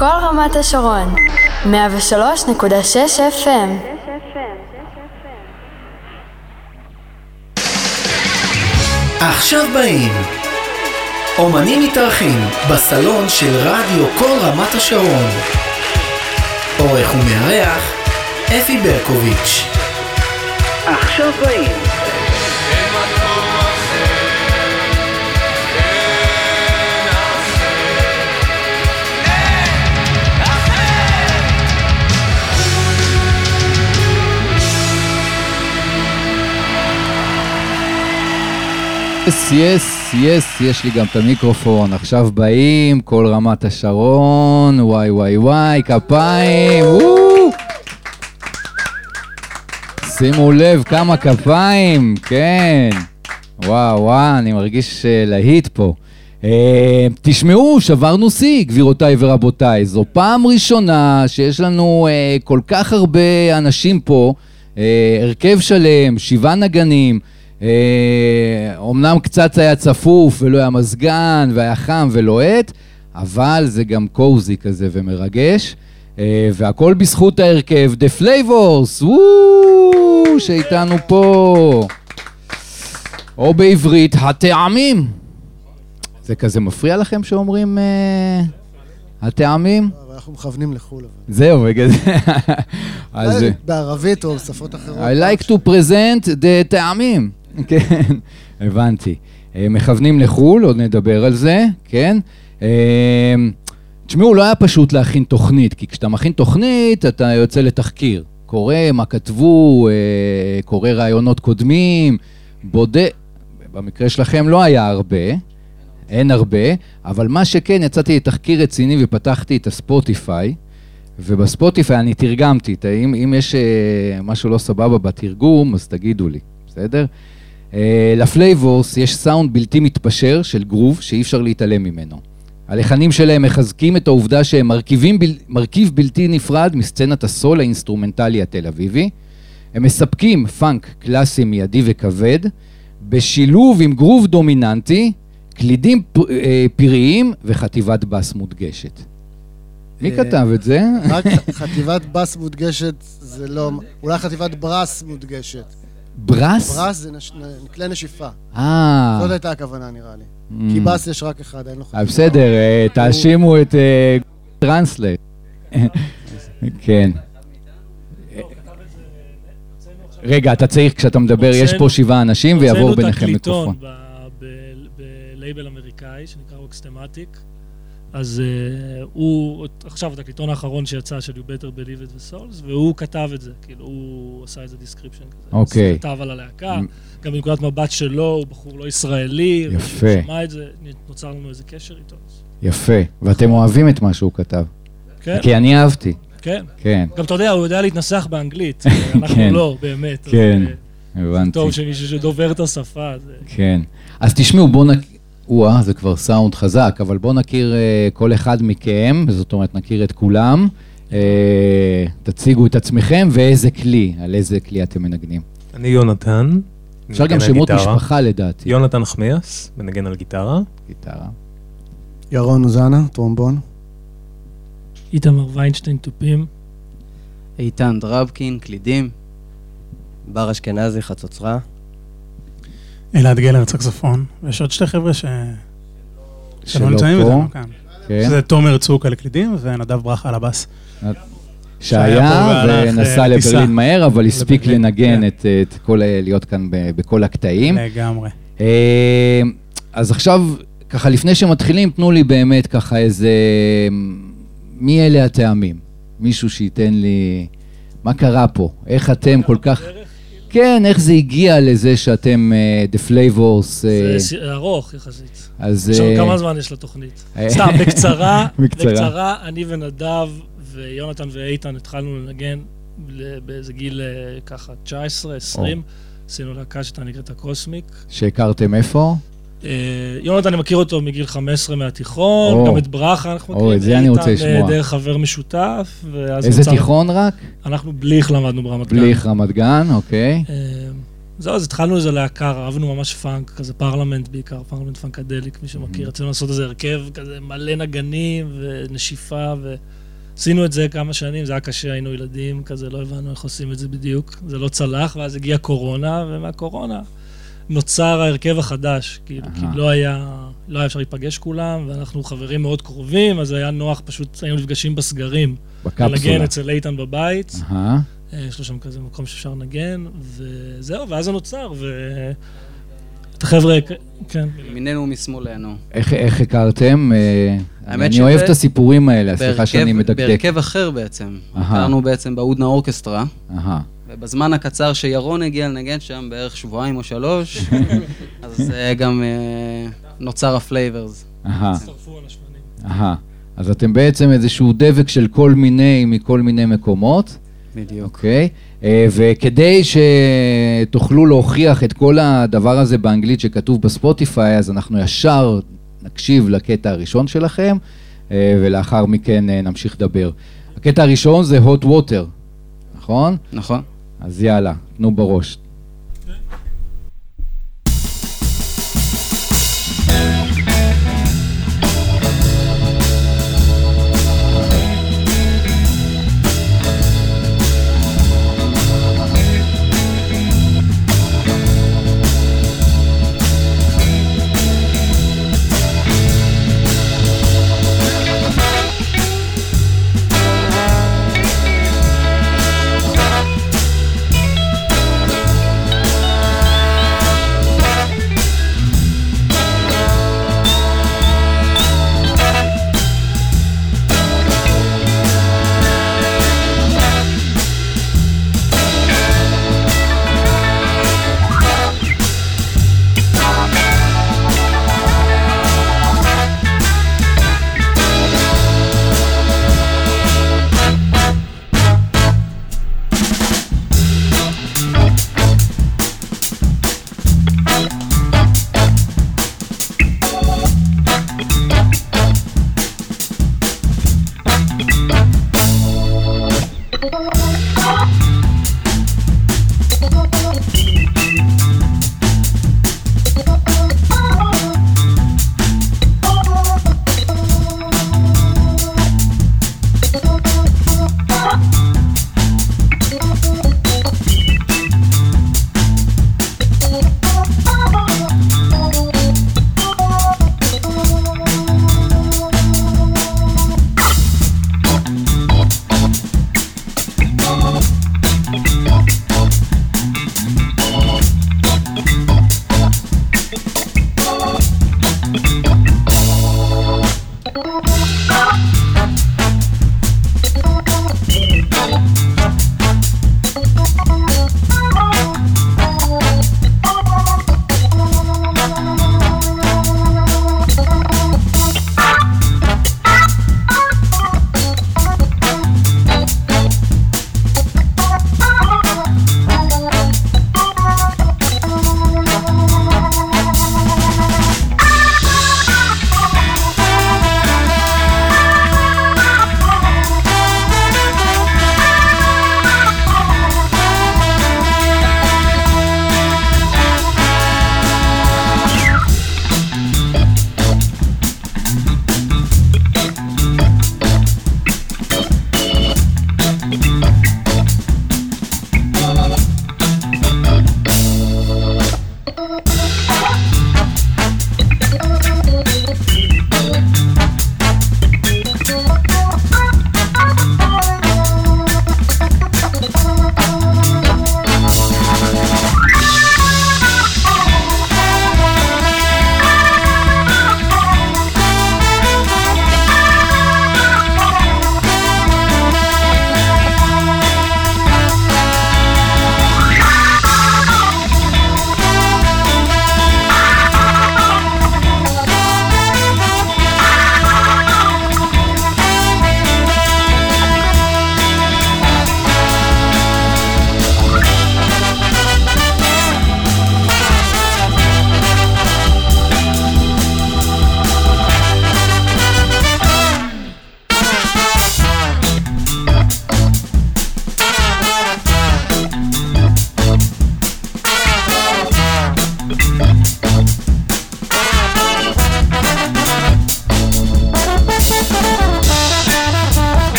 כל רמת השרון, 103.6 FM. עכשיו באים אומנים מתארחים בסלון של רדיו כל רמת השרון. עורך ומארח אפי ברקוביץ'. עכשיו באים יש לי גם את המיקרופון. עכשיו באים כל רמת השרון. וואי, כפיים. שימו לב כמה כפיים. כן, וואו, אני מרגיש להיט פה. תשמעו, שברנו שיא, גבירותיי ורבותיי. זו פעם ראשונה שיש לנו כל כך הרבה אנשים פה, הרכב שלם, 7 נגנים. אמנם קצת היה צפוף ולא היה מזגן והיה חם ולוהט, אבל זה גם קוזי כזה ומרגש, והכל בזכות ההרכב The Flavors, שאיתנו פה, או בעברית הטעמים. זה כזה מפריע לכם שאומרים הטעמים? אנחנו מכוונים לחול. זהו, בגלל זה. בערבית או בשפות אחרות. I like to present the טעמים. כן, הבנתי. מכוונים לחול, עוד נדבר על זה, כן? תשמעו, לא היה פשוט להכין תוכנית, כי כשאתה מכין תוכנית, אתה יוצא לתחקיר. קורא מה כתבו, קורא רעיונות קודמים, בודק. במקרה שלכם לא היה הרבה, אין הרבה, אבל מה שכן, יצאתי לתחקיר רציני ופתחתי את הספוטיפיי, ובספוטיפיי אני תרגמתי, אם יש משהו לא סבבה בתרגום, אז תגידו לי, בסדר? לפלייבורס יש סאונד בלתי מתפשר של גרוב שאי אפשר להתעלם ממנו. הלחנים שלהם מחזקים את העובדה שהם מרכיב בלתי נפרד מסצנת הסול האינסטרומנטלי התל אביבי. הם מספקים פאנק קלאסי מיידי וכבד, בשילוב עם גרוב דומיננטי, קלידים פיריים וחטיבת בס מודגשת. מי כתב את זה? רק חטיבת בס מודגשת זה לא... אולי חטיבת ברס מודגשת. ברס? ברס זה כלי נשיפה. זאת הייתה הכוונה נראה לי. כי בס יש רק אחד, אין לו חטיבה. בסדר, תאשימו את טרנסלייט. כן. רגע, אתה צריך, כשאתה מדבר, יש פה 7 אנשים ויעבור ביניכם מיקרופון. הוצאנו את הקליטון בלייבל אמריקאי שנקרא רוקסטמטיק. אז הוא, עכשיו את הקליטון האחרון שיצא של You Better Believe It ו-Souls, והוא כתב את זה, כאילו הוא עשה איזה דיסקריפשן כזה. אוקיי. הוא כתב על הלהקה, גם בנקודת מבט שלו, הוא בחור לא ישראלי, יפה. הוא שמע את זה, נוצר לנו איזה קשר איתו. יפה, ואתם אוהבים את מה שהוא כתב. כן. כי אני אהבתי. כן. כן. גם אתה יודע, הוא יודע להתנסח באנגלית, אנחנו לא, באמת. כן, הבנתי. טוב שמישהו שדובר את השפה. כן. אז תשמעו, זה כבר סאונד חזק, אבל בואו נכיר כל אחד מכם, זאת אומרת נכיר את כולם, תציגו את עצמכם ואיזה כלי, על איזה כלי אתם מנגנים. אני יונתן. אפשר גם שמות משפחה לדעתי. יונתן נחמיאס, מנגן על גיטרה. גיטרה. ירון אוזנה, טרומבון. איתמר ויינשטיין, תופים. איתן דרבקין, קלידים. בר אשכנזי, חצוצרה. אלעד גלר, סקסופון, ויש עוד 2 חבר'ה שלא נמצאים איתנו כאן. שזה תומר צוק על הקלידים ונדב ברכה על הבאס. שהיה ונסע לברלין מהר, אבל הספיק לנגן את כל, להיות כאן בכל הקטעים. לגמרי. אז עכשיו, ככה לפני שמתחילים, תנו לי באמת ככה איזה, מי אלה הטעמים? מישהו שייתן לי, מה קרה פה? איך אתם כל כך... כן, איך זה הגיע לזה שאתם The Flavors... זה ארוך יחסית. אז... עכשיו כמה זמן יש לתוכנית? סתם, בקצרה, אני ונדב ויונתן ואיתן התחלנו לנגן באיזה גיל ככה 19, 20. עשינו להקה שאתה נקראת הקוסמיק. שהכרתם איפה? יונתן, אני מכיר אותו מגיל 15 מהתיכון, גם את ברכה אנחנו מכירים. את זה אני רוצה לשמוע. דרך חבר משותף. איזה תיכון רק? אנחנו בליך למדנו ברמת גן. בליך רמת גן, אוקיי. זהו, אז התחלנו איזה להקה, אהבנו ממש פאנק, כזה פרלמנט בעיקר, פרלמנט פאנקדליק, מי שמכיר. רצינו לעשות איזה הרכב כזה מלא נגנים ונשיפה, ועשינו את זה כמה שנים, זה היה קשה, היינו ילדים, כזה לא הבנו איך עושים את זה בדיוק, זה לא צלח, ואז הגיעה קורונה, ומהקורונה נוצר ההרכב החדש, כאילו, כי לא היה אפשר להיפגש כולם, ואנחנו חברים מאוד קרובים, אז היה נוח, פשוט היינו נפגשים בסגרים. בקפסולה. לנגן אצל איתן בבית. יש לו שם כזה מקום שאפשר לנגן, וזהו, ואז זה נוצר, את החבר'ה, כן. מינינו משמאלנו. איך הכרתם? אני אוהב את הסיפורים האלה, סליחה שאני מדקדק. בהרכב אחר בעצם. הכרנו בעצם בהודנה אורקסטרה. ובזמן הקצר שירון הגיע לנגן שם, בערך 2 או 3 שבועות, אז גם נוצר הפלייברס. הצטרפו הנשמנים. אז אתם בעצם איזשהו דבק של מכל מיני מקומות. בדיוק. אוקיי? וכדי שתוכלו להוכיח את כל הדבר הזה באנגלית שכתוב בספוטיפיי, אז אנחנו ישר נקשיב לקטע הראשון שלכם, ולאחר מכן נמשיך לדבר. הקטע הראשון זה hot water, נכון? נכון. אז יאללה, תנו בראש.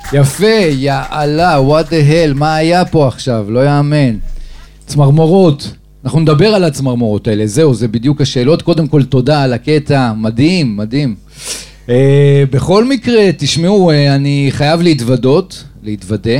יפה, יאללה, what the hell, מה היה פה עכשיו? לא יאמן. צמרמורות. אנחנו נדבר על הצמרמורות האלה, זהו, זה בדיוק השאלות. קודם כל, תודה על הקטע, מדהים, מדהים. בכל מקרה, תשמעו, אני חייב להתוודה,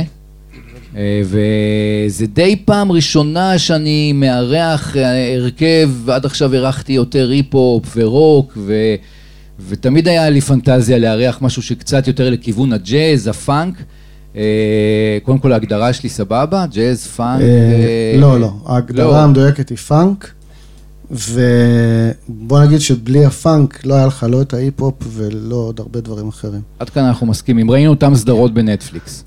וזה די פעם ראשונה שאני מארח הרכב, ועד עכשיו ערכתי יותר היפ-הופ ורוק, ותמיד היה לי פנטזיה לארח משהו שקצת יותר לכיוון הג'אז, הפאנק. קודם כל ההגדרה שלי סבבה, ג'אז, פאנק. לא, ההגדרה המדויקת היא פאנק, ובוא נגיד שבלי הפאנק לא היה לך לא את ההיפ-הופ ולא עוד הרבה דברים אחרים. עד כאן אנחנו מסכימים, ראינו אותם סדרות בנטפליקס.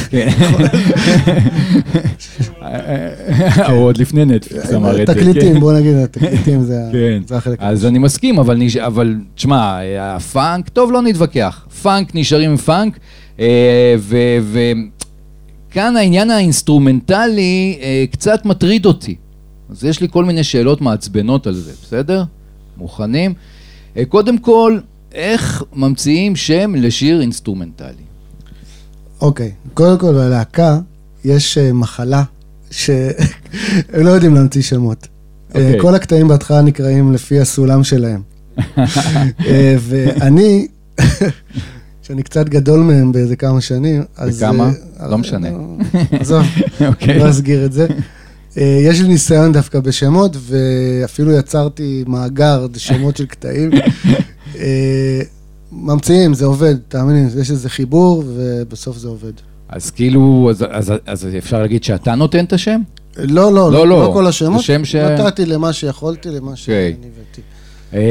או עוד לפני נטפליקס, אמרתי. תקליטים, בוא נגיד, תקליטים זה החלק. אז אני מסכים, אבל תשמע, הפאנק, טוב, לא נתווכח. פאנק נשארים עם פאנק, וכאן העניין האינסטרומנטלי קצת מטריד אותי. אז יש לי כל מיני שאלות מעצבנות על זה, בסדר? מוכנים? קודם כל, איך ממציאים שם לשיר אינסטרומנטלי? אוקיי, קודם כל בלהקה יש מחלה שהם לא יודעים להמציא שמות. כל הקטעים בהתחלה נקראים לפי הסולם שלהם. ואני, שאני קצת גדול מהם באיזה כמה שנים, אז... וכמה? לא משנה. עזוב, לא אסגיר את זה. יש לי ניסיון דווקא בשמות, ואפילו יצרתי מאגר שמות של קטעים. ממציאים, זה עובד, תאמיני, יש איזה חיבור, ובסוף זה עובד. אז כאילו, אז אפשר להגיד שאתה נותן את השם? לא כל השמות. נתתי למה שיכולתי, למה שאני הבאתי.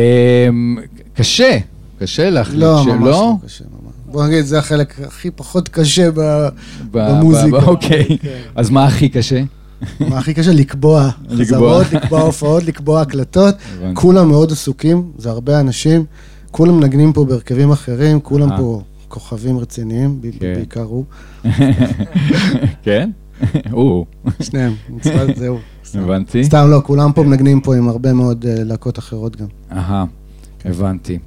קשה להחליט שלא? לא, ממש לא קשה. בוא נגיד, זה החלק הכי פחות קשה במוזיקה. אוקיי, אז מה הכי קשה? מה הכי קשה? לקבוע חזרות, לקבוע הופעות, לקבוע הקלטות. כולם מאוד עסוקים, זה הרבה אנשים. כולם מנגנים פה בהרכבים אחרים, כולם פה כוכבים רציניים, בעיקר הוא. כן? הוא. שניהם, זהו. הבנתי. סתם לא, כולם פה מנגנים פה עם הרבה מאוד להקות אחרות גם. הבנתי.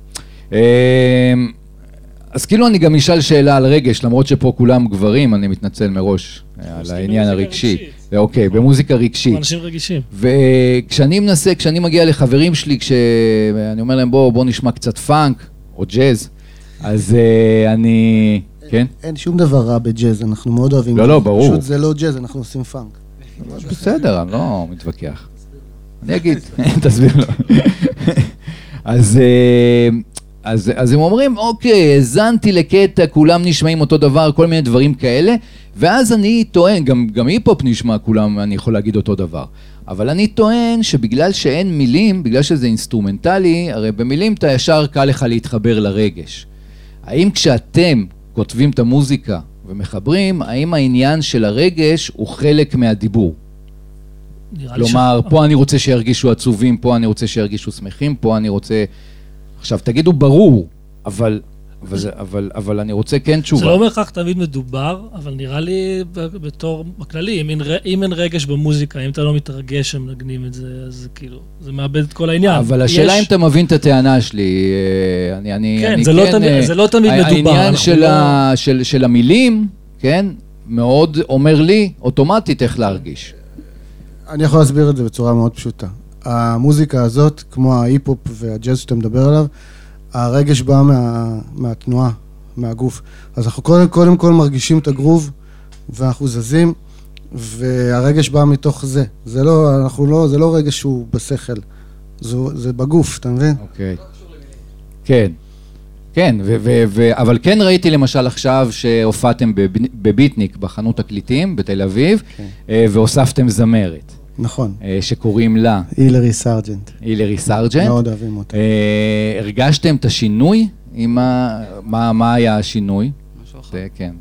אז כאילו אני גם אשאל שאלה על רגש, למרות שפה כולם גברים, אני מתנצל מראש על העניין הרגשי. אוקיי, במוזיקה רגשית. אנשים רגישים. וכשאני מנסה, כשאני מגיע לחברים שלי, כשאני אומר להם בוא נשמע קצת פאנק או ג'אז, אז אני... כן? אין שום דבר רע בג'אז, אנחנו מאוד אוהבים. לא, ברור. פשוט זה לא ג'אז, אנחנו עושים פאנק. בסדר, אני לא מתווכח. אני אגיד, תסביר לו. אז הם אומרים, אוקיי, הזנתי לקטע, כולם נשמעים אותו דבר, כל מיני דברים כאלה, ואז אני טוען, גם היפ-הופ נשמע כולם, אני יכול להגיד אותו דבר, אבל אני טוען שבגלל שאין מילים, בגלל שזה אינסטרומנטלי, הרי במילים אתה ישר קל לך להתחבר לרגש. האם כשאתם כותבים את המוזיקה ומחברים, האם העניין של הרגש הוא חלק מהדיבור? כלומר, פה אני רוצה שירגישו עצובים, פה אני רוצה שירגישו שמחים, פה אני רוצה... עכשיו, תגידו ברור, אבל אני רוצה כן תשובה. זה לא אומר כך תמיד מדובר, אבל נראה לי בתור בכללי, אם אין רגש במוזיקה, אם אתה לא מתרגש שמנגנים את זה, אז כאילו, זה מאבד את כל העניין. אבל השאלה אם אתה מבין את הטענה שלי, כן, זה לא תמיד מדובר. העניין של המילים, כן, מאוד אומר לי אוטומטית איך להרגיש. אני יכול להסביר את זה בצורה מאוד פשוטה. המוזיקה הזאת, כמו ההיפ-הופ והג'אז שאתה מדבר עליו, הרגש בא מהתנועה, מהגוף. אז אנחנו קודם כל מרגישים את הגרוב, ואנחנו זזים, והרגש בא מתוך זה. זה לא רגש שהוא בשכל, זה בגוף, אתה מבין? אוקיי. כן. כן, אבל כן ראיתי למשל עכשיו שהופעתם בביטניק, בחנות תקליטים בתל אביב, והוספתם זמרת. נכון. שקוראים לה? הילרי סארג'נט. הילרי סארג'נט. מאוד אוהבים אותה. הרגשתם את השינוי? מה היה השינוי? משהו אחר. כן.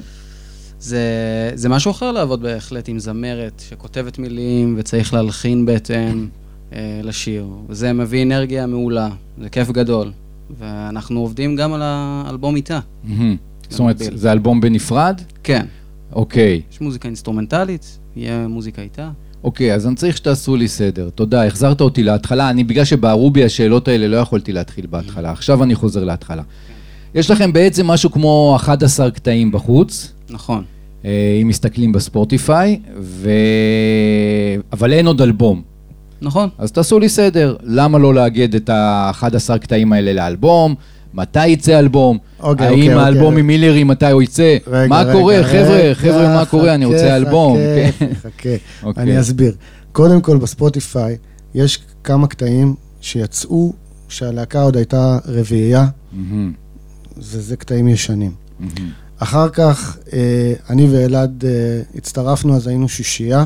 זה משהו אחר לעבוד בהחלט עם זמרת שכותבת מילים וצריך להלחין בהתאם לשיר. וזה מביא אנרגיה מעולה, זה כיף גדול. ואנחנו עובדים גם על האלבום איתה. זאת אומרת, זה אלבום בנפרד? כן. אוקיי. יש מוזיקה אינסטרומנטלית, יהיה מוזיקה איתה. אוקיי, אז אני צריך שתעשו לי סדר. תודה, החזרת אותי להתחלה. אני בגלל שבערו בי השאלות האלה לא יכולתי להתחיל בהתחלה. עכשיו אני חוזר להתחלה. יש לכם בעצם משהו כמו 11 קטעים בחוץ. נכון. אם מסתכלים בספוטיפיי, אבל אין עוד אלבום. נכון. אז תעשו לי סדר, למה לא לאגד את ה-11 קטעים האלה לאלבום? מתי יצא אלבום? האם האלבום עם מילרי, מתי הוא יצא? מה קורה? חבר'ה, מה קורה? אני רוצה אלבום. חכה, אני אסביר. קודם כל בספוטיפיי יש כמה קטעים שיצאו, שהלהקה עוד הייתה רביעייה, וזה קטעים ישנים. אחר כך אני ואלעד הצטרפנו, אז היינו שישייה,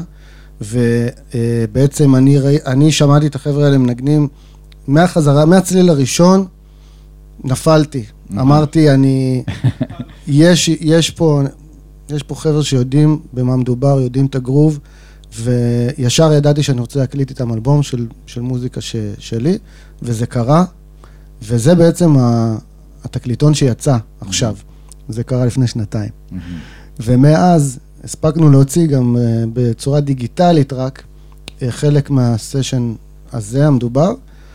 ובעצם אני שמעתי את החבר'ה האלה מנגנים מהצליל הראשון, נפלתי. אמרתי, יש פה חבר'ה שיודעים במה מדובר, יודעים את הגרוב, וישר ידעתי שאני רוצה להקליט איתם אלבום של מוזיקה שלי, וזה קרה, וזה בעצם התקליטון שיצא עכשיו. זה קרה לפני 2 ומאז הספקנו להוציא גם בצורה דיגיטלית רק חלק מהסשן הזה המדובר,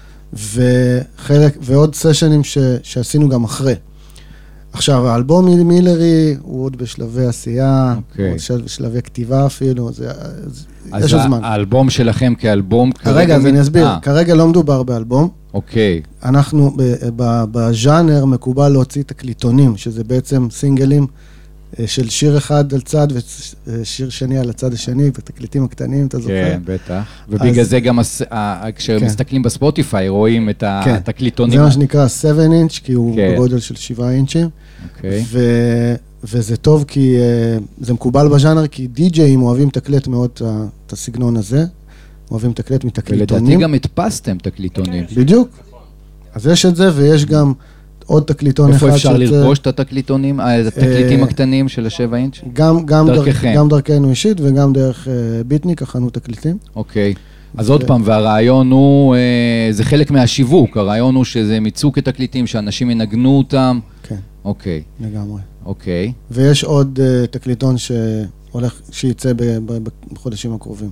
ועוד סשנים שעשינו גם אחרי. עכשיו, האלבום מילרי הוא עוד בשלבי עשייה, עוד בשלבי כתיבה אפילו, יש עוד זמן. האלבום שלכם כאלבום... רגע, אז אני אסביר, כרגע לא מדובר באלבום. אוקיי. אנחנו, בז'אנר מקובל להוציא תקליטונים, שזה בעצם סינגלים של שיר אחד על צד ושיר שני על הצד השני, בתקליטים הקטנים, אתה זוכר? כן, בטח. ובגלל זה גם כשמסתכלים בספוטיפיי רואים את התקליטונים. זה מה שנקרא 7 אינץ', כי הוא בגודל של 7 אינצ'ים. וזה טוב כי זה מקובל בז'אנר, כי די-ג'אים אוהבים לתקלט מאוד את הסגנון הזה, אוהבים לתקלט מתקליטונים. ולדעתי גם הדפסתם תקליטונים. בדיוק. אז יש את זה, ויש גם עוד תקליטון אחד. איפה אפשר לרכוש את התקליטונים, התקליטים הקטנים של ה7 אינץ'? גם דרכנו אישית וגם דרך ביטניק, הכנו תקליטים. אוקיי. אז עוד פעם, והרעיון הוא, זה חלק מהשיווק, הרעיון הוא שזה מיצוק התקליטים, שאנשים ינגנו אותם. כן. אוקיי. לגמרי. אוקיי. ויש עוד תקליטון שיצא בחודשים הקרובים.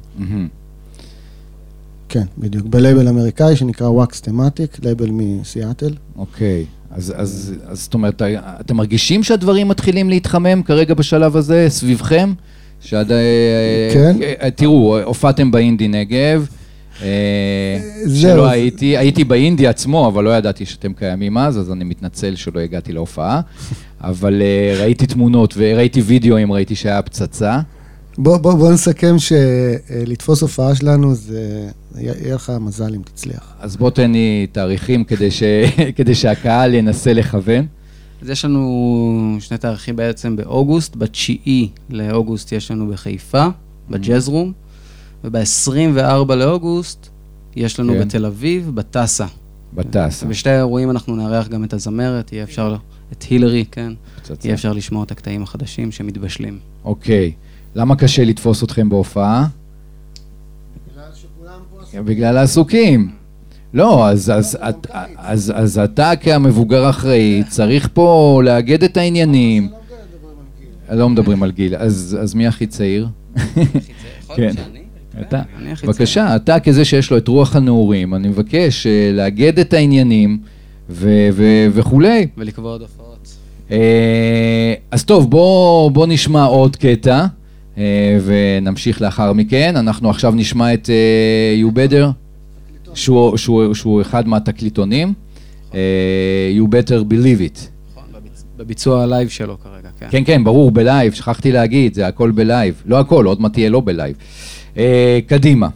כן, בדיוק. בלייבל אמריקאי שנקרא וואקס תמטיק, לייבל מסיאטל. אוקיי. אז זאת אומרת, אתם מרגישים שהדברים מתחילים להתחמם כרגע בשלב הזה, סביבכם? כן. תראו, הופעתם באינדי נגב, שלא הייתי באינדי עצמו, אבל לא ידעתי שאתם קיימים אז אני מתנצל שלא הגעתי להופעה, אבל ראיתי תמונות וראיתי וידאוים, ראיתי שהיה פצצה. בוא נסכם שלתפוס הופעה שלנו, יהיה לך מזל אם תצליח. אז בוא תן לי תאריכים כדי שהקהל ינסה לכוון. אז יש לנו 2 תאריכים בעצם באוגוסט, ב9 לאוגוסט יש לנו בחיפה, בג'אז רום, וב-24 לאוגוסט יש לנו בתל אביב, בטסה. בטסה. ובשתי האירועים אנחנו נארח גם את הזמרת, יהיה אפשר, את הילרי, כן? יהיה אפשר לשמוע את הקטעים החדשים שמתבשלים. אוקיי. למה קשה לתפוס אתכם בהופעה? בגלל העסוקים. לא, אז אתה כמבוגר אחראי, צריך פה לאגד את העניינים. לא מדברים על גיל. אז מי הכי צעיר? כן. אתה. בבקשה, אתה כזה שיש לו את רוח הנעורים, אני מבקש לאגד את העניינים וכולי. ולקבוע עוד הופעות. אז טוב, בוא נשמע עוד קטע. ונמשיך לאחר מכן. אנחנו עכשיו נשמע את You Better, שהוא אחד מהתקליטונים. You Better Believe It. בביצוע הלייב שלו כרגע, כן. כן, כן, ברור, בלייב, שכחתי להגיד, זה הכל בלייב. לא הכל, עוד מעט תהיה לא בלייב. קדימה.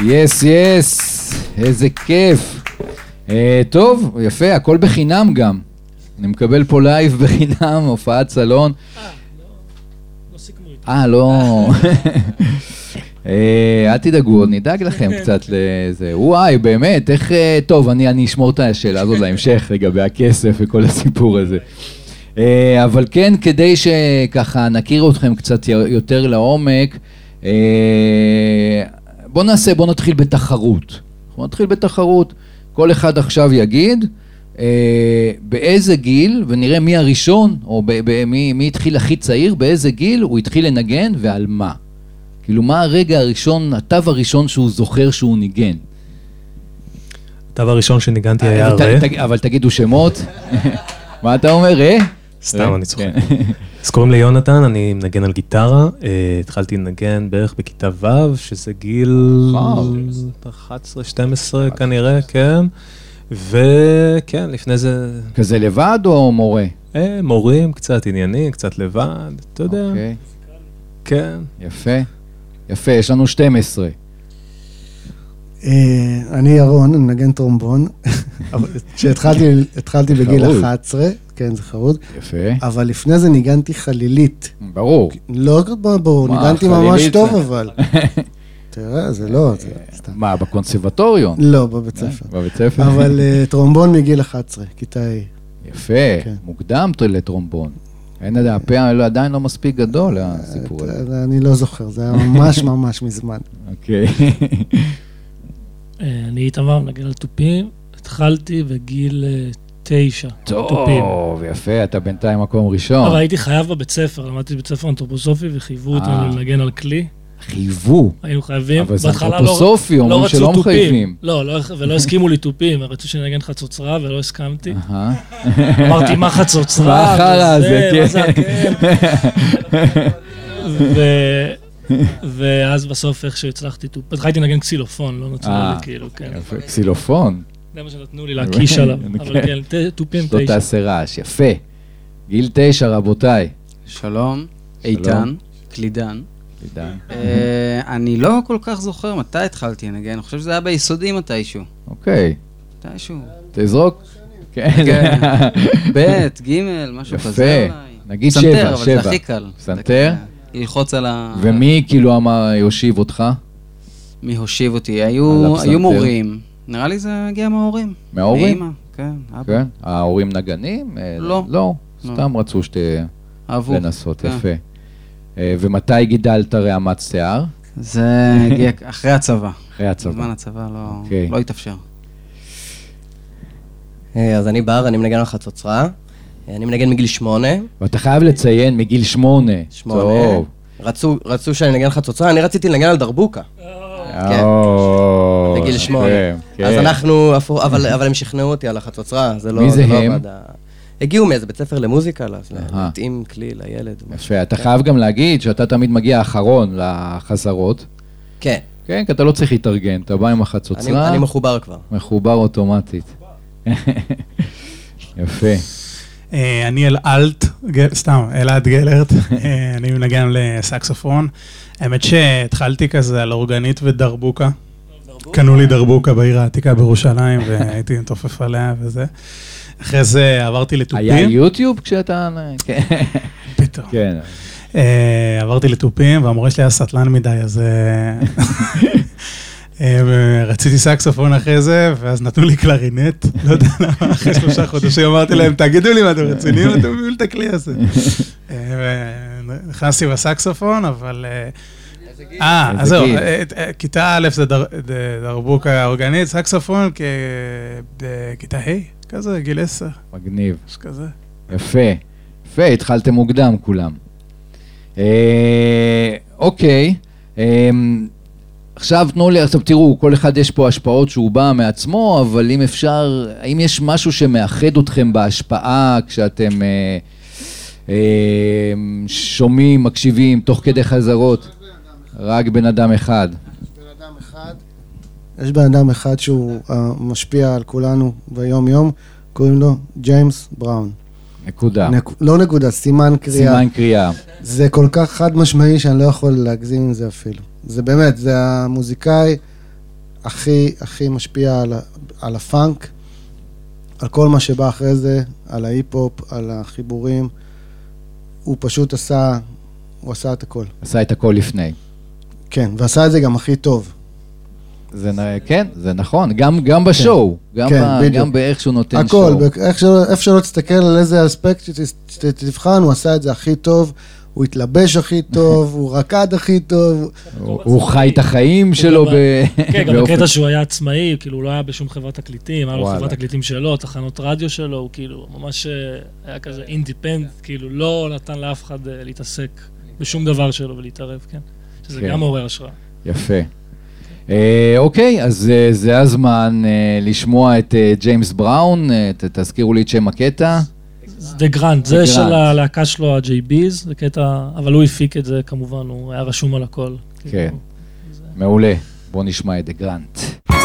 יס, איזה כיף. טוב, יפה, הכל בחינם גם. אני מקבל פה לייב בחינם, הופעת סלון. לא סיכמו איתי. לא. אל תדאגו, נדאג לכם קצת לזה. וואי, באמת, איך... טוב, אני אשמור את השאלה הזאת להמשך לגבי הכסף וכל הסיפור הזה. אבל כן, כדי שככה נכיר אתכם קצת יותר לעומק, בוא נתחיל בתחרות. נתחיל בתחרות. כל אחד עכשיו יגיד באיזה גיל, ונראה מי הראשון, או מי התחיל הכי צעיר, באיזה גיל הוא התחיל לנגן ועל מה. כאילו, מה הרגע הראשון, התו הראשון שהוא זוכר שהוא ניגן? התו הראשון שניגנתי היה הרבה. אבל תגידו שמות. מה אתה אומר, סתם, אני צוחק. אז קוראים לי יונתן, אני מנגן על גיטרה. התחלתי לנגן בערך בכיתה ו', שזה גיל 11-12 כנראה, כן. וכן, לפני זה... כזה לבד או מורה? מורים, קצת עניינים, קצת לבד, אתה יודע. אוקיי. כן. יפה, יש לנו 12. אני ירון, אני מנגן טרומבון. שהתחלתי בגיל 11, כן, זה חרוד. יפה. אבל לפני זה ניגנתי חלילית. ברור. לא ברור, ניגנתי ממש טוב אבל. תראה, זה לא... מה, בקונסרבטוריון? לא, בבית ספר. בבית ספר? אבל טרומבון מגיל 11, כיתה A. יפה, מוקדם לטרומבון. הפה עדיין לא מספיק גדול, הסיפור הזה. אני לא זוכר, זה היה ממש ממש מזמן. אוקיי. אני איתמר, מנגן על תופים. התחלתי בגיל 9. טוב, יפה, אתה בינתיים מקום ראשון. אבל הייתי חייב בבית ספר, למדתי בבית ספר אנתרופוסופי וחייבו אותנו לנגן על כלי. חייבו? היינו חייבים. אבל זה אנתרופוסופי, אומרים שלא מחייבים. לא, ולא הסכימו לי תופים, רצו שנגן חצוצרה ולא הסכמתי. אמרתי, מה חצוצרה? מה אחר הזה, כן. מה זה ואז בסוף איכשהו הצלחתי תופים. התחלתי לנגן קסילופון, לא נתנו לי כאילו, כן. קסילופון? זה מה שנתנו לי להקיש עליו, אבל כן, תופים 9. לא תעשה רעש, יפה. גיל 9, רבותיי. שלום, איתן, קלידן. קלידן. אני לא כל כך זוכר מתי התחלתי לנגן, אני חושב שזה היה ביסודי מתישהו. אוקיי. מתישהו. תזרוק? כן. ב', ג', משהו כזה. יפה. נגיד 7, 7. אבל זה הכי קל. סנטר? ללחוץ על ה... ומי כאילו אמר, יושיב אותך? מי הושיב אותי? היו מורים. נראה לי זה הגיע מההורים. מההורים? מאמא, כן, אבא. כן? ההורים נגנים? לא. לא, סתם רצו לנסות, יפה. ומתי גידלת רעמת שיער? זה הגיע אחרי הצבא. אחרי הצבא. בזמן הצבא לא התאפשר. אז אני בר, אני מנגן על חצוצרה. אני מנגן מגיל 8. ואתה חייב לציין מגיל 8. 8. טוב. רצו שאני נגן חצוצרה, אני רציתי לנגן על דרבוקה. כן. בגיל 8. אז אנחנו, אבל הם שכנעו אותי על החצוצרה, זה לא... מי זה הם? הגיעו מאיזה בית ספר למוזיקה, להתאים כלי לילד. יפה, אתה חייב גם להגיד שאתה תמיד מגיע האחרון לחזרות. כן. כן, כי אתה לא צריך להתארגן, אתה בא עם החצוצרה. אני מחובר כבר. מחובר אוטומטית. יפה. אני אלעד גלרט, אני מנגן לסקסופון. האמת שהתחלתי כזה על אורגנית ודרבוקה. קנו לי דרבוקה בעיר העתיקה בירושלים, והייתי מתופף עליה וזה. אחרי זה עברתי לתופים. היה יוטיוב כשאתה... פתאום. כן. עברתי לתופים, והמורה שלי היה סטלן מדי, אז... רציתי סקסופון אחרי זה, ואז נתנו לי קלרינט, לא יודע למה, אחרי 3 חודשים אמרתי להם, תגידו לי מה אתם רציניים, אתם מביאים את הכלי הזה. נכנסתי בסקסופון, אבל... אז זהו, כיתה א' זה דרבוקה אורגנית, סקסופון בכיתה ה', כזה, גיל 10. מגניב. כזה. יפה, יפה, התחלתם מוקדם כולם. אוקיי, עכשיו תנו לי, עכשיו תראו, כל אחד יש פה השפעות שהוא בא מעצמו, אבל אם אפשר, האם יש משהו שמאחד אתכם בהשפעה כשאתם שומעים, מקשיבים, תוך כדי חזרות? רק בן אדם אחד. יש בן אדם אחד שהוא משפיע על כולנו ביום יום, קוראים לו ג'יימס בראון. נקודה. לא נקודה, סימן קריאה. סימן קריאה. זה כל כך חד משמעי שאני לא יכול להגזים עם זה אפילו. זה באמת, זה המוזיקאי הכי משפיע על הפאנק, על כל מה שבא אחרי זה, על ההיפ-הופ, על החיבורים. הוא פשוט עשה את הכל. עשה את הכל לפני. כן, ועשה את זה גם הכי טוב. כן, זה נכון, גם בשואו, גם באיך שהוא נותן שואו. הכל, איפה שלא תסתכל על איזה אספקט שתבחן, הוא עשה את זה הכי טוב, הוא התלבש הכי טוב, הוא רקד הכי טוב. הוא חי את החיים שלו. כן, גם בקטע שהוא היה עצמאי, כאילו הוא לא היה בשום חברת תקליטים, היה לו חברת תקליטים שלו, תחנות רדיו שלו, הוא כאילו ממש היה כזה אינדיפנד, כאילו לא נתן לאף אחד להתעסק בשום דבר שלו ולהתערב, כן. שזה גם מעורר השראה. יפה. אוקיי, אז זה הזמן לשמוע את ג'יימס בראון, תזכירו לי את שם הקטע. The Grant, זה של הלהקה שלו, ה-JBs, זה קטע, אבל הוא הפיק את זה כמובן, הוא היה רשום על הכל. כן, מעולה, בואו נשמע את The Grant.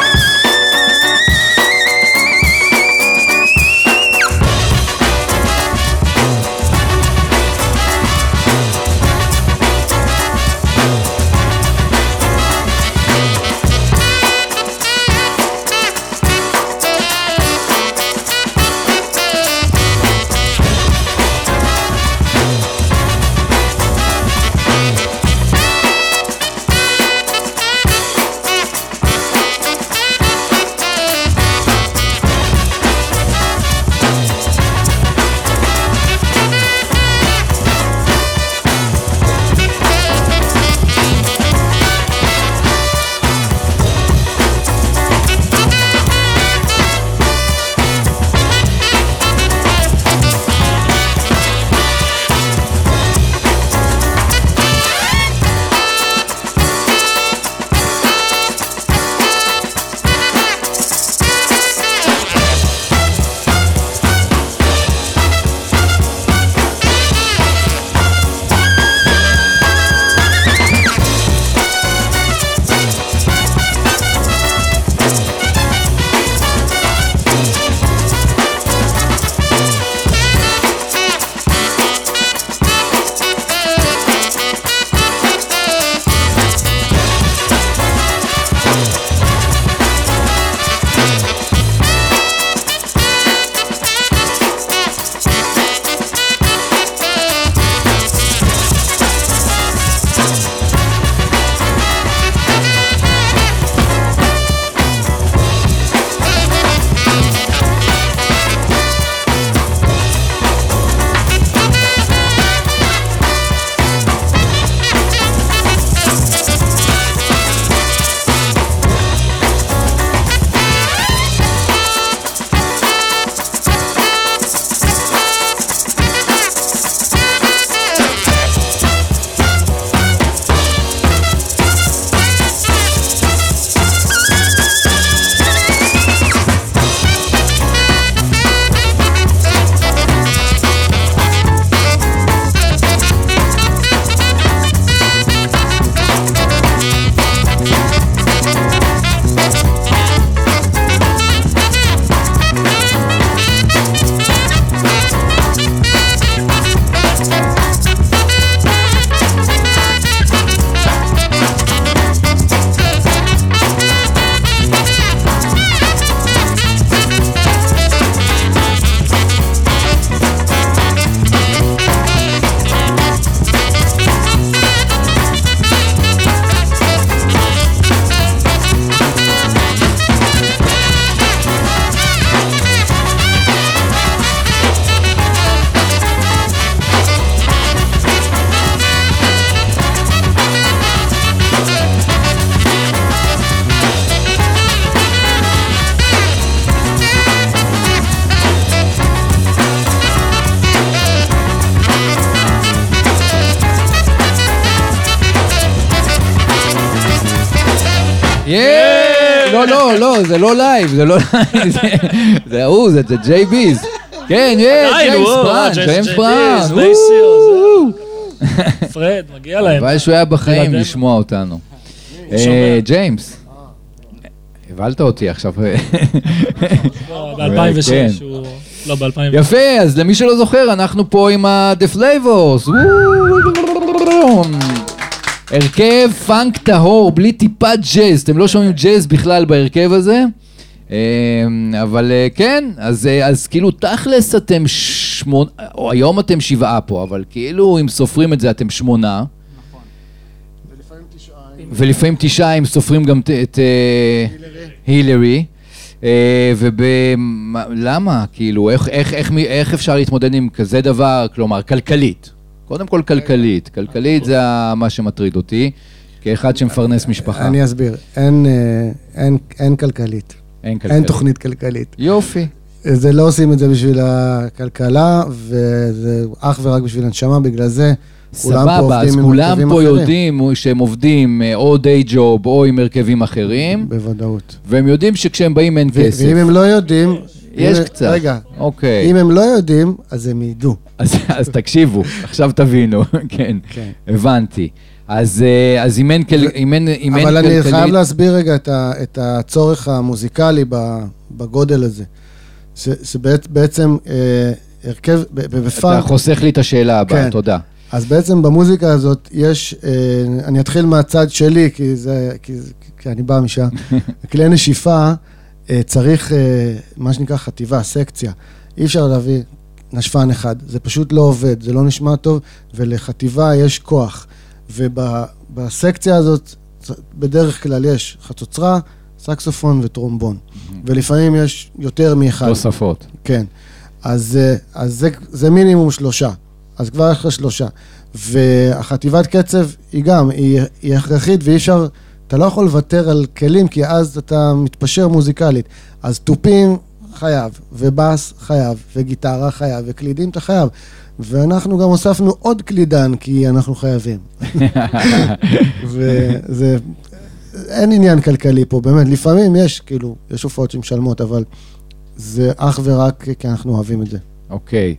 לא, זה לא לייב, זה לא לייב, זה הוא, זה JB's. כן, ג'יימס בראון. פרד, מגיע להם. אבל שהוא היה בחיים לשמוע אותנו. ג'יימס, הבלת אותי עכשיו. ב-2006, לא ב-2006. יפה, אז למי שלא זוכר, אנחנו פה עם The Flavors. הרכב פאנק טהור, בלי טיפת ג'אז, אתם לא שומעים ג'אז בכלל בהרכב הזה, אבל כן, אז כאילו תכלס אתם 8, או היום אתם 7 פה, אבל כאילו אם סופרים את זה אתם 8. נכון. ולפעמים 9 אם סופרים גם את הילרי. ולמה? כאילו, איך אפשר להתמודד עם כזה דבר? כלומר, כלכלית. קודם כל כלכלית. כלכלית זה מה שמטריד אותי, כאחד שמפרנס משפחה. אני אסביר. אין כלכלית. אין תוכנית כלכלית. יופי. זה לא עושים את זה בשביל הכלכלה, וזה אך ורק בשביל הנשמה, בגלל זה סבבה, אז כולם פה יודעים שהם עובדים או די ג'וב או עם הרכבים אחרים. בוודאות. והם יודעים שכשהם באים אין כסף. ואם הם לא יודעים... יש קצת. רגע. אוקיי. אם הם לא יודעים, אז הם ידעו. אז תקשיבו, עכשיו תבינו. כן, הבנתי. אז אם אין כלכלית... אבל אני חייב להסביר רגע את הצורך המוזיקלי בגודל הזה. שבעצם הרכב... אתה חוסך לי את השאלה הבאה, תודה. אז בעצם במוזיקה הזאת יש, אני אתחיל מהצד שלי, כי אני בא משם, כלי נשיפה צריך מה שנקרא חטיבה, סקציה. אי אפשר להביא נשפן אחד, זה פשוט לא עובד, זה לא נשמע טוב, ולחטיבה יש כוח. ובסקציה הזאת בדרך כלל יש חצוצרה, סקסופון וטרומבון. ולפעמים יש יותר מאחד. תוספות. כן. אז זה מינימום 3. אז כבר אחרי 3. והחטיבת קצב היא גם, היא הכרחית ואי אפשר, אתה לא יכול לוותר על כלים, כי אז אתה מתפשר מוזיקלית. אז טופים חייב, ובאס חייב, וגיטרה חייב, וקלידים אתה חייב. ואנחנו גם הוספנו עוד קלידן, כי אנחנו חייבים. וזה, אין עניין כלכלי פה, באמת. לפעמים יש, כאילו, יש הופעות שמשלמות, אבל זה אך ורק כי אנחנו אוהבים את זה. אוקיי.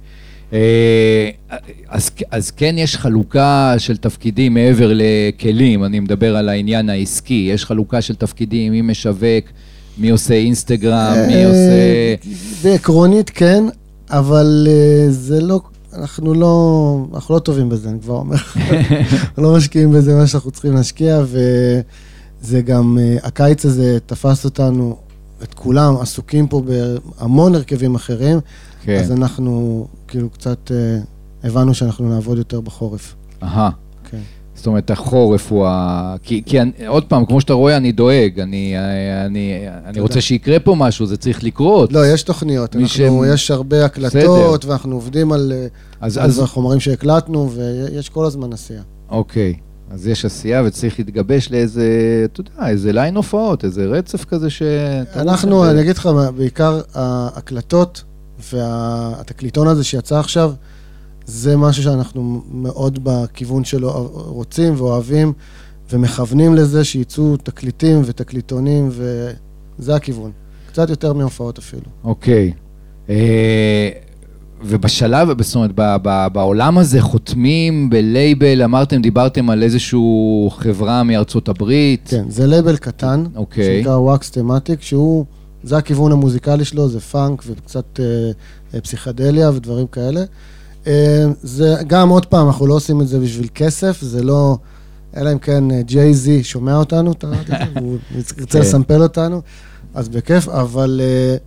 אז כן יש חלוקה של תפקידים מעבר לכלים, אני מדבר על העניין העסקי, יש חלוקה של תפקידים, מי משווק, מי עושה אינסטגרם, מי עושה... בעקרונית כן, אבל זה לא, אנחנו לא טובים בזה, אני כבר אומר, לא משקיעים בזה מה שאנחנו צריכים להשקיע, וזה גם, הקיץ הזה תפס אותנו, את כולם עסוקים פה בהמון הרכבים אחרים, אז אנחנו כאילו קצת הבנו שאנחנו נעבוד יותר בחורף. זאת אומרת, החורף הוא כי עוד פעם, כמו שאתה רואה, אני דואג, אני רוצה שיקרה פה משהו, זה צריך לקרות. לא, יש תוכניות, יש הרבה הקלטות, ואנחנו עובדים על החומרים שהקלטנו, ויש כל הזמן עשייה. אוקיי, אז יש עשייה וצריך להתגבש לאיזה, אתה יודע, איזה ליין הופעות, איזה רצף כזה אנחנו, אני אגיד לך, בעיקר ההקלטות, והתקליטון הזה שיצא עכשיו, זה משהו שאנחנו מאוד בכיוון שלו רוצים ואוהבים, ומכוונים לזה שיצאו תקליטים ותקליטונים, וזה הכיוון. קצת יותר מהופעות אפילו. אוקיי. ובשלב, זאת אומרת, בעולם הזה חותמים בלייבל, אמרתם, דיברתם על איזשהו חברה מארצות הברית. כן, זה לייבל קטן, שנקרא וואקס תמטיק, שהוא... זה הכיוון המוזיקלי שלו, זה פאנק וקצת פסיכדליה ודברים כאלה. זה גם עוד פעם, אנחנו לא עושים את זה בשביל כסף, זה לא, אלא אם כן ג'יי-זי שומע אותנו, הוא ירצה לסמפל אותנו, אז בכיף, אבל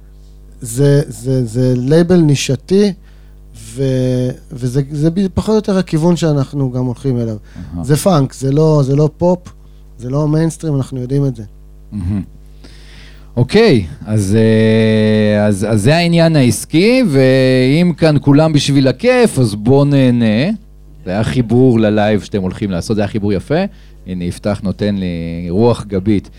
זה לייבל נישתי, וזה פחות או יותר הכיוון שאנחנו גם הולכים אליו. זה פאנק, זה לא פופ, זה לא מיינסטרים, אנחנו יודעים את זה. אוקיי, אז זה העניין העסקי, ואם כאן כולם בשביל הכיף, אז בואו נהנה. זה היה חיבור ללייב שאתם הולכים לעשות, זה היה חיבור יפה. הנה, יפתח נותן לי רוח גבית.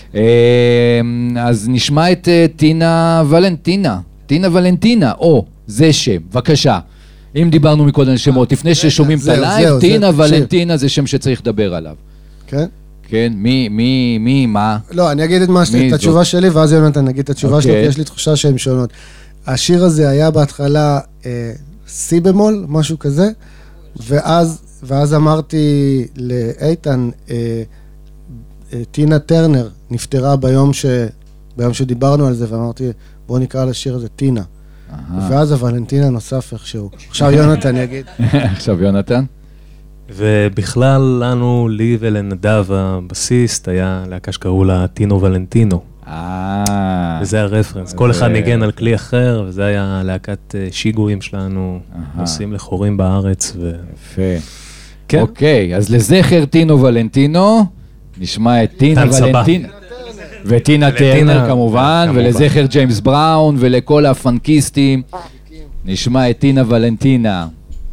אז נשמע את טינה ולנטינה, או, זה שם, בבקשה. אם דיברנו מקודם על שמות, לפני ששומעים את הלייב, טינה ולנטינה זה שם שצריך לדבר עליו. כן? כן, מה? לא, אני אגיד את התשובה שלי, ואז יונתן נגיד את התשובה שלו, כי יש לי תחושה שהן שונות. השיר הזה היה בהתחלה סי במול, משהו כזה, ואז אמרתי לאיתן, טינה טרנר נפטרה ביום שדיברנו על זה, ואמרתי, בוא נקרא לשיר הזה טינה. ואז הוולנטינה נוסף איכשהו. עכשיו יונתן יגיד. עכשיו יונתן? ובכלל לנו, לי ולנדב הבסיסט, היה להקה שקראו לה טינו ולנטינו. וזה הרפרנס. כל אחד ניגן על כלי אחר, וזה היה להקת שיגויים שלנו, נוסעים לחורים בארץ. יפה. אוקיי, אז לזכר טינו ולנטינו, נשמע את טינה ולנטינו. וטינה טרנר כמובן, ולזכר ג'יימס בראון, ולכל הפנקיסטים, נשמע את טינה ולנטינה.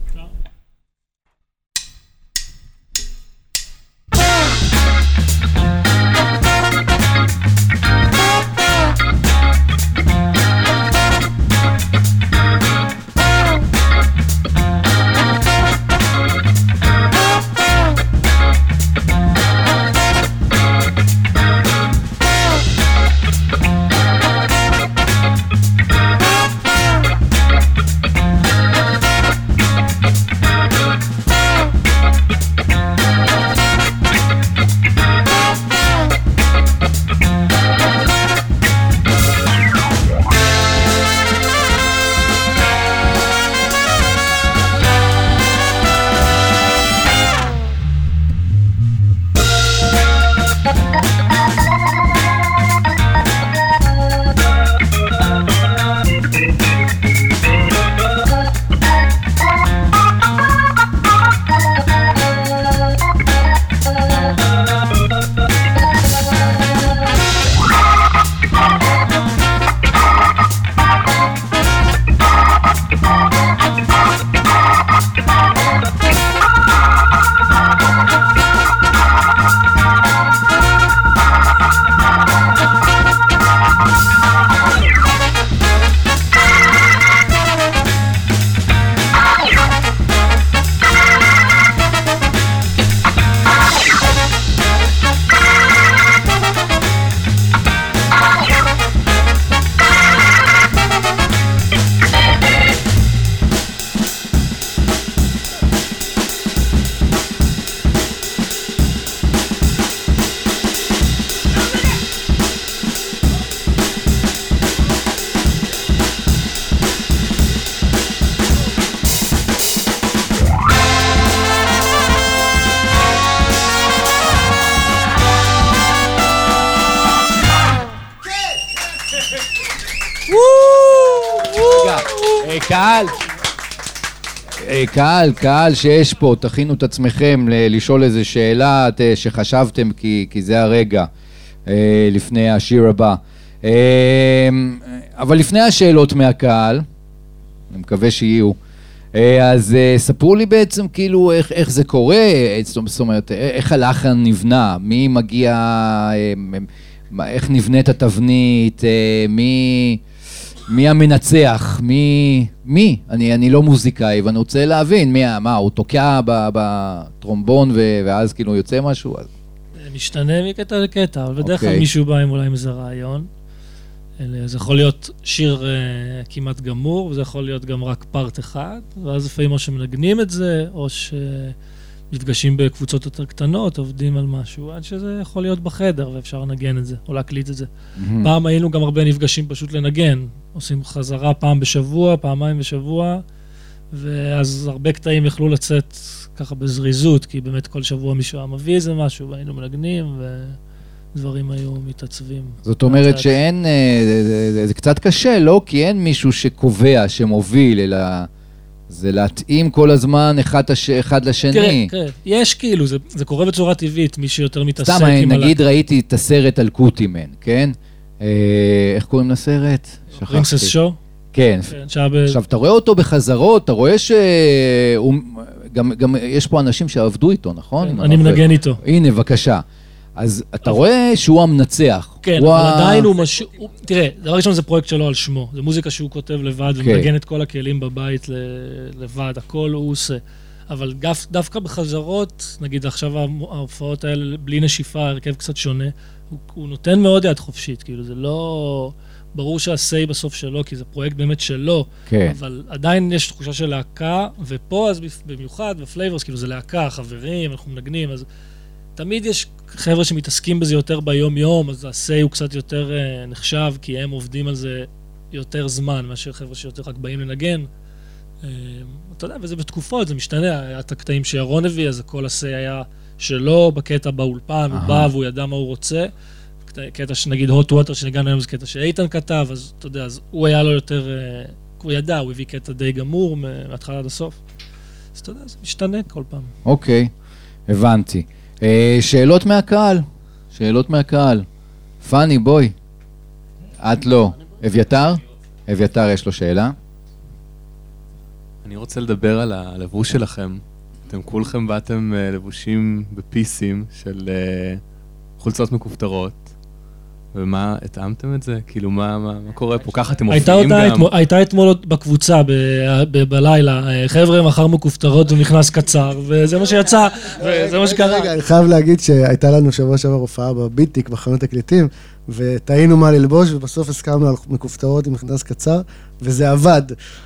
קהל שיש פה, תכינו את עצמכם לשאול איזה שאלה שחשבתם, כי זה הרגע לפני השיר הבא. אבל לפני השאלות מהקהל, אני מקווה שיהיו, אז ספרו לי בעצם כאילו איך זה קורה, זאת אומרת, איך הלחן נבנה, מי מגיע, איך נבנית התבנית, מי המנצח, מי? אני לא מוזיקאי, ואני רוצה להבין, מה, הוא תוקע בטרומבון ואז כאילו יוצא משהו? משתנה מקטע לקטע, אבל בדרך כלל מישהו בא עם אולי עם איזה רעיון. זה יכול להיות שיר כמעט גמור, וזה יכול להיות גם רק פארט אחד, ואז לפעמים או שמנגנים את זה, או שנפגשים בקבוצות יותר קטנות, עובדים על משהו, עד שזה יכול להיות בחדר, ואפשר לנגן את זה, או להקליט את זה. פעם היינו גם הרבה נפגשים פשוט לנגן, עושים חזרה פעם בשבוע, פעמיים בשבוע, ואז הרבה קטעים יכלו לצאת ככה בזריזות, כי באמת כל שבוע מישהו מביא איזה משהו, והיינו מנגנים, ודברים היו מתעצבים. זאת אומרת שאין, זה קצת קשה, לא? כי אין מישהו שקובע, שמוביל, אלא זה להתאים כל הזמן אחד לשני. תראה, יש כאילו, זה קורה בצורה טבעית, מי שיותר מתעסק עם סתם, נגיד ראיתי את הסרט על קוטימן, כן? איך קוראים לסרט? פרינסס שו? כן. עכשיו, אתה רואה אותו בחזרות, אתה רואה גם יש פה אנשים שעבדו איתו, נכון? אני מנגן איתו. הנה, בבקשה. אז אתה רואה שהוא המנצח. כן, אבל עדיין הוא תראה, דבר ראשון זה פרויקט שלו על שמו. זה מוזיקה שהוא כותב לבד ומנגן את כל הכלים בבית לבד, הכל הוא עושה. אבל דווקא בחזרות, נגיד עכשיו ההופעות האלה בלי נשיפה, הרכב קצת שונה, הוא נותן מאוד יד חופשית, כאילו זה לא... ברור שהסי בסוף שלו, כי זה פרויקט באמת שלו, אבל עדיין יש תחושה של להקה, ופה אז במיוחד, בפלייברס, כאילו זה להקה, חברים, אנחנו מנגנים, אז תמיד יש חבר'ה שמתעסקים בזה יותר ביום-יום, אז הסי הוא קצת יותר נחשב, כי הם עובדים על זה יותר זמן, מאשר חבר'ה שיותר רק באים לנגן. אתה יודע, וזה בתקופות, זה משתנה, היה את הקטעים שירון הביא, אז הכל עשה היה שלו, בקטע באולפן, הוא בא והוא ידע מה הוא רוצה, קטע שנגיד hot water שנגענו היום זה קטע שאיתן כתב, אז אתה יודע, אז הוא היה לו יותר, הוא ידע, הוא הביא קטע די גמור מההתחלה עד הסוף. אז אתה יודע, זה משתנה כל פעם. אוקיי, הבנתי. שאלות מהקהל, שאלות מהקהל. פני, בואי. את לא. אביתר? אביתר יש לו שאלה. אני רוצה לדבר על הלבוש שלכם. אתם כולכם באתם לבושים בפיסים של חולצות מכופתרות. ומה, התאמתם את זה? כאילו, מה קורה פה? ככה אתם מופיעים גם? הייתה אתמול בקבוצה בלילה, חבר'ה מחר מכופתרות ונכנס קצר, וזה מה שיצא, וזה מה שקרה. רגע, אני חייב להגיד שהייתה לנו שבוע שעבר הופעה בביטיק, בחנות תקליטים, וטעינו מה ללבוש, ובסוף הסכמנו על מכופתרות עם נכנס קצר, וזה עבד.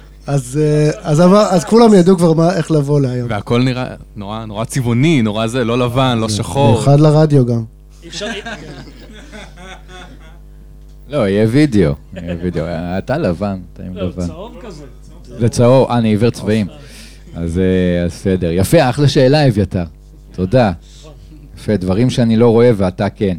אז כולם ידעו כבר איך לבוא להיום. והכל נראה נורא צבעוני, נורא זה, לא לבן, לא שחור. במיוחד לרדיו גם. לא, יהיה וידאו. אתה לבן, אתה עם לבן. לא, צהוב כזה. זה צהוב, אני עיוור צבעים. אז בסדר. יפה, אחלה שאלה, אביתר. תודה. יפה, דברים שאני לא רואה ואתה כן.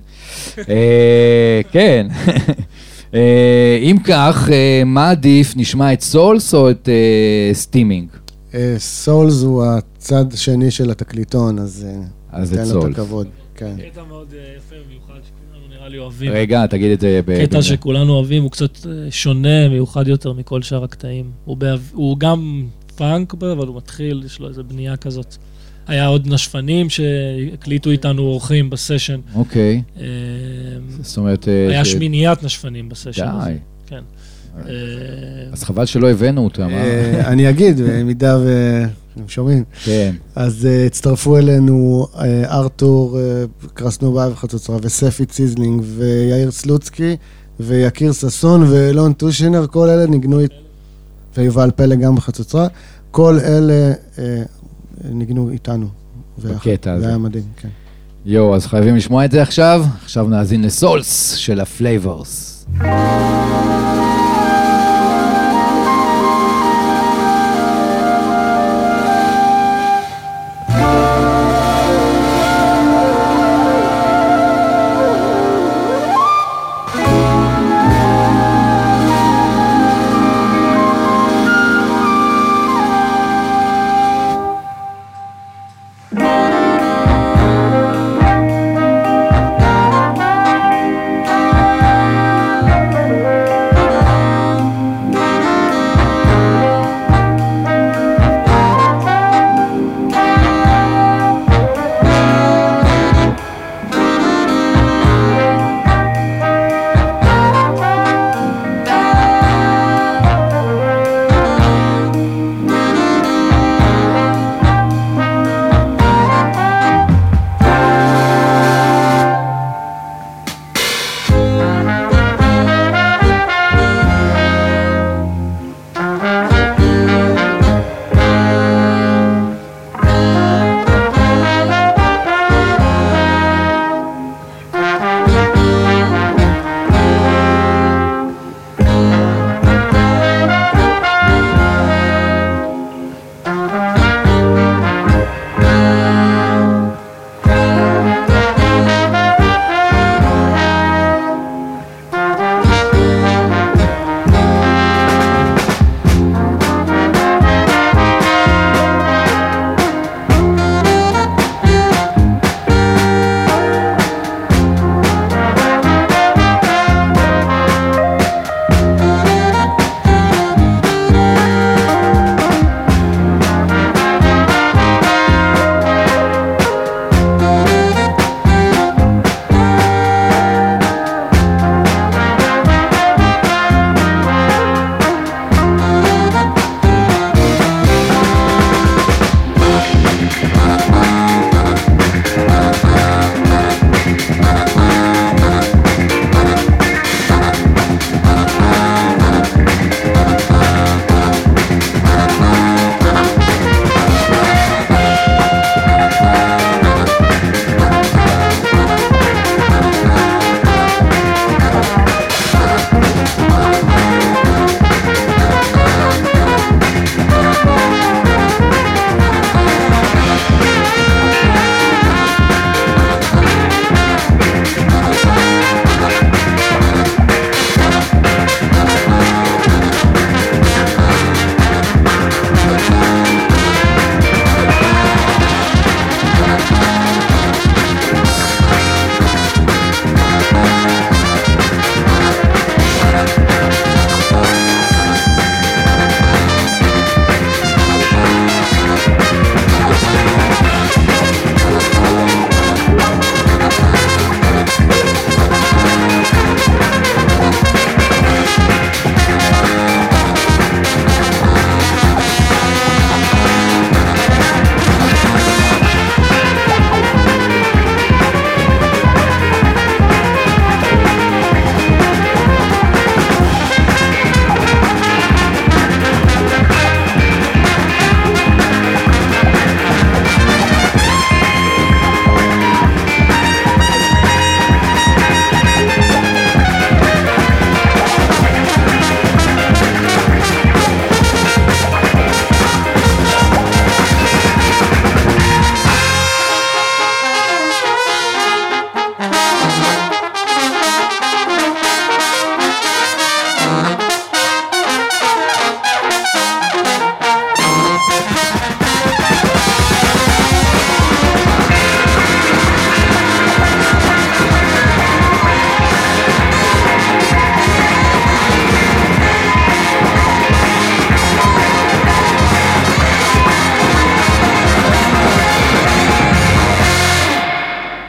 כן. אם כך, מה עדיף? נשמע את סולס או את סטימינג? סולס הוא הצד השני של התקליטון, אז ניתן לו את הכבוד. כן. קטע מאוד יפה ומיוחד שכולנו נראה לי אוהבים. רגע, תגיד את זה. קטע שכולנו אוהבים, הוא קצת שונה, מיוחד יותר מכל שאר הקטעים. הוא גם פאנק, אבל הוא מתחיל, יש לו איזו בנייה כזאת. היה עוד נשפנים שהקליטו איתנו אורחים בסשן. אוקיי. זאת אומרת... היה שמיניית נשפנים בסשן הזה. די. כן. אז חבל שלא הבאנו אותם. אני אגיד, במידה והם שומעים. כן. אז הצטרפו אלינו ארתור קרסנובאי וחצוצרה, וספי ציזלינג, ויאיר סלוצקי, ויקיר ססון, ואלון טושינר, כל אלה ניגנו, ויובל פלג גם בחצוצרה, כל אלה ניגנו איתנו. בקטע הזה. זה היה מדהים, כן. יו, אז חייבים לשמוע את זה עכשיו. עכשיו נאזין לסולס של הפלייברס.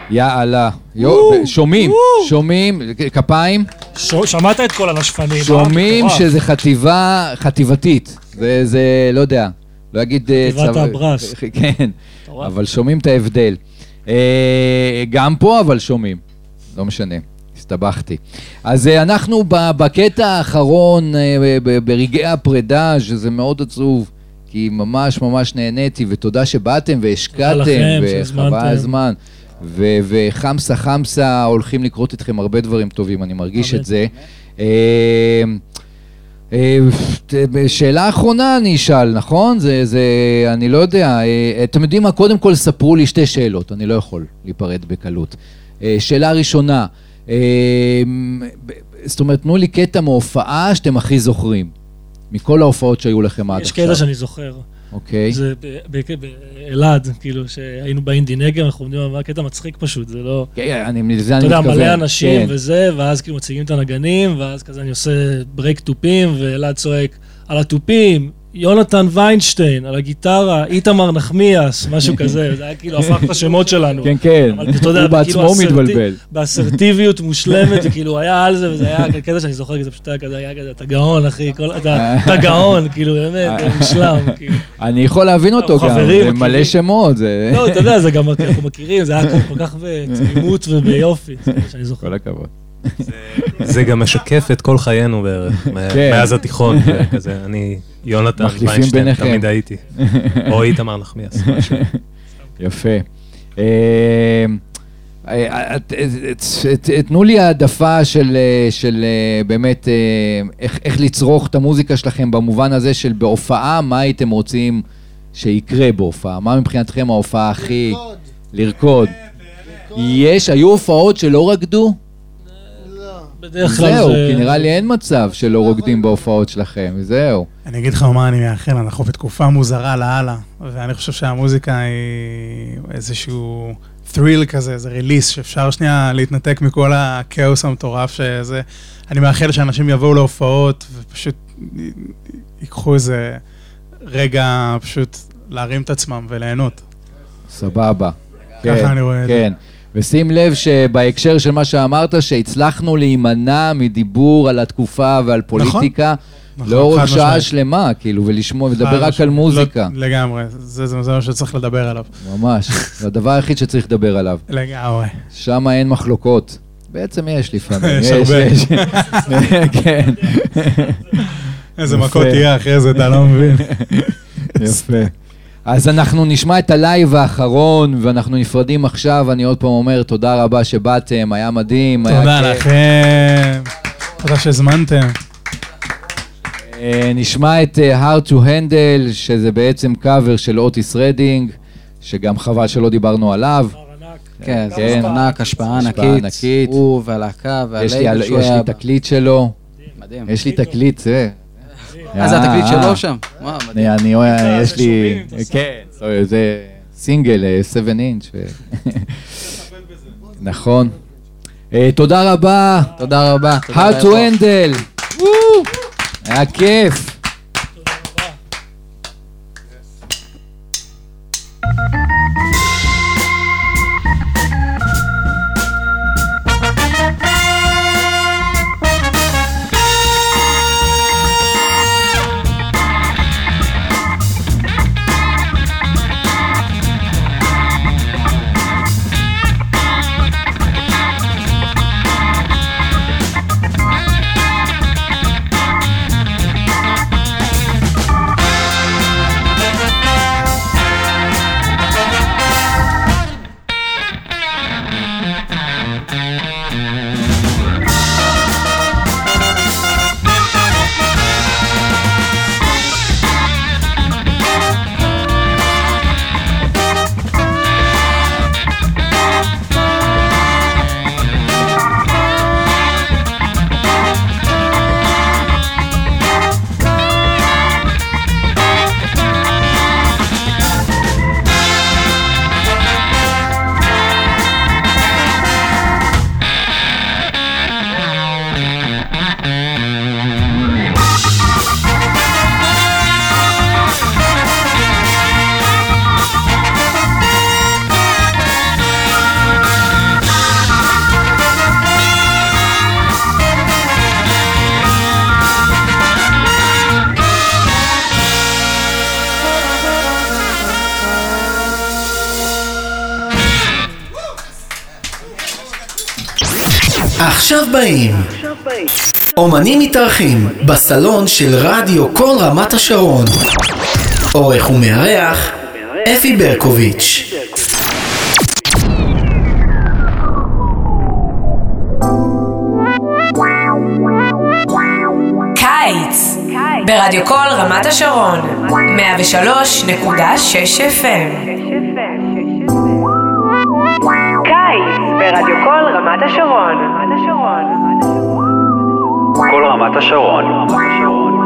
יאללה. שומעים, כפיים. שמעת את כל הנשפנים. שומעים שזה חטיבתית. זה, לא יודע, לא אגיד... חטיבת הברס. כן, אבל שומעים את ההבדל. גם פה, אבל שומעים. לא משנה, הסתבכתי. אז אנחנו בקטע האחרון, ברגעי הפרידה, שזה מאוד עצוב, כי ממש ממש נהניתי, ותודה שבאתם והשקעתם, וחבל הזמן. וחמסה הולכים לקרות איתכם הרבה דברים טובים, אני מרגיש את זה. שאלה האחרונה אני אשאל, נכון? אני לא יודע. אתם יודעים מה? קודם כל ספרו לי שתי שאלות, אני לא יכול להיפרד בקלות. שאלה ראשונה, זאת אומרת, תנו לי קטע מהופעה שאתם הכי זוכרים, מכל ההופעות שהיו לכם עד עכשיו. יש קטע שאני זוכר. אוקיי. זה באלעד, כאילו, שהיינו באינדי נגר, אנחנו עומדים על קטע מצחיק פשוט, זה לא... כן, אני מתכוון. אתה יודע, מלא אנשים וזה, ואז כאילו מציגים את הנגנים, ואז כזה אני עושה ברייק טופים, ואלעד צועק על הטופים, יונתן ויינשטיין, על הגיטרה, איתמר נחמיאס, משהו כזה, זה היה כאילו הפך את השמות שלנו. כן, כן, הוא בעצמו מתבלבל. באסרטיביות מושלמת, וכאילו היה על זה, וזה היה קטע שאני זוכר, זה פשוט היה כזה, אתה גאון, אחי, אתה גאון, כאילו, באמת, מושלם. אני יכול להבין אותו גם, זה מלא שמות. לא, אתה יודע, זה גם, אנחנו מכירים, זה היה כל כך בצמימות וביופי, זה שאני זוכר. כל הכבוד. זה גם משקף את כל חיינו בערך, מאז התיכון, כזה, אני יונתן ויינשטיין, תמיד הייתי, או איתמר נחמיאס. יפה. תנו לי העדפה של באמת, איך לצרוך את המוזיקה שלכם במובן הזה של בהופעה, מה הייתם רוצים שיקרה בהופעה? מה מבחינתכם ההופעה הכי... לרקוד. היו הופעות שלא רקדו? זהו, כי נראה לי אין מצב שלא רוקדים בהופעות שלכם, זהו. אני אגיד לך מה אני מאחל, אנחנו בתקופה מוזרה לאללה, ואני חושב שהמוזיקה היא איזשהו thrill כזה, איזה ריליס, שאפשר שנייה להתנתק מכל הכאוס המטורף שזה. אני מאחל שאנשים יבואו להופעות ופשוט ייקחו איזה רגע פשוט להרים את עצמם וליהנות. סבבה. ככה אני רואה את זה. ושים לב שבהקשר של מה שאמרת, שהצלחנו להימנע מדיבור על התקופה ועל פוליטיקה, לאורך שעה שלמה, כאילו, ולשמוע, ולדבר רק על מוזיקה. לגמרי, זה מה שצריך לדבר עליו. ממש, זה הדבר היחיד שצריך לדבר עליו. לגמרי. שם אין מחלוקות. בעצם יש לפעמים. יש הרבה. כן. איזה מכות תהיה אחרי זה, אתה לא מבין. יפה. אז אנחנו נשמע את הלייב האחרון, ואנחנו נפרדים עכשיו. אני עוד פעם אומר, תודה רבה שבאתם, היה מדהים. תודה לכם. תודה שהזמנתם. נשמע את Hard to Handle, שזה בעצם קאבר של אוטיס רדינג, שגם חבל שלא דיברנו עליו. כן, זה ענק, השפעה ענקית. הוא והלהקה והלייב. יש לי תקליט שלו. מדהים. יש לי תקליט, זה. זה התקליט שלו שם? יש לי, כן, זה סינגל, 7 אינץ'. נכון. תודה רבה. תודה רבה. How to handle. היה כיף. עכשיו באים. אומנים מתארחים בסלון של רדיו כל רמת השרון. עורך ומארח אפי ברקוביץ'. קיץ ברדיו כל רמת השרון 103.6 FM. קיץ ברדיו כל רמת השרון. כל רמת השרון.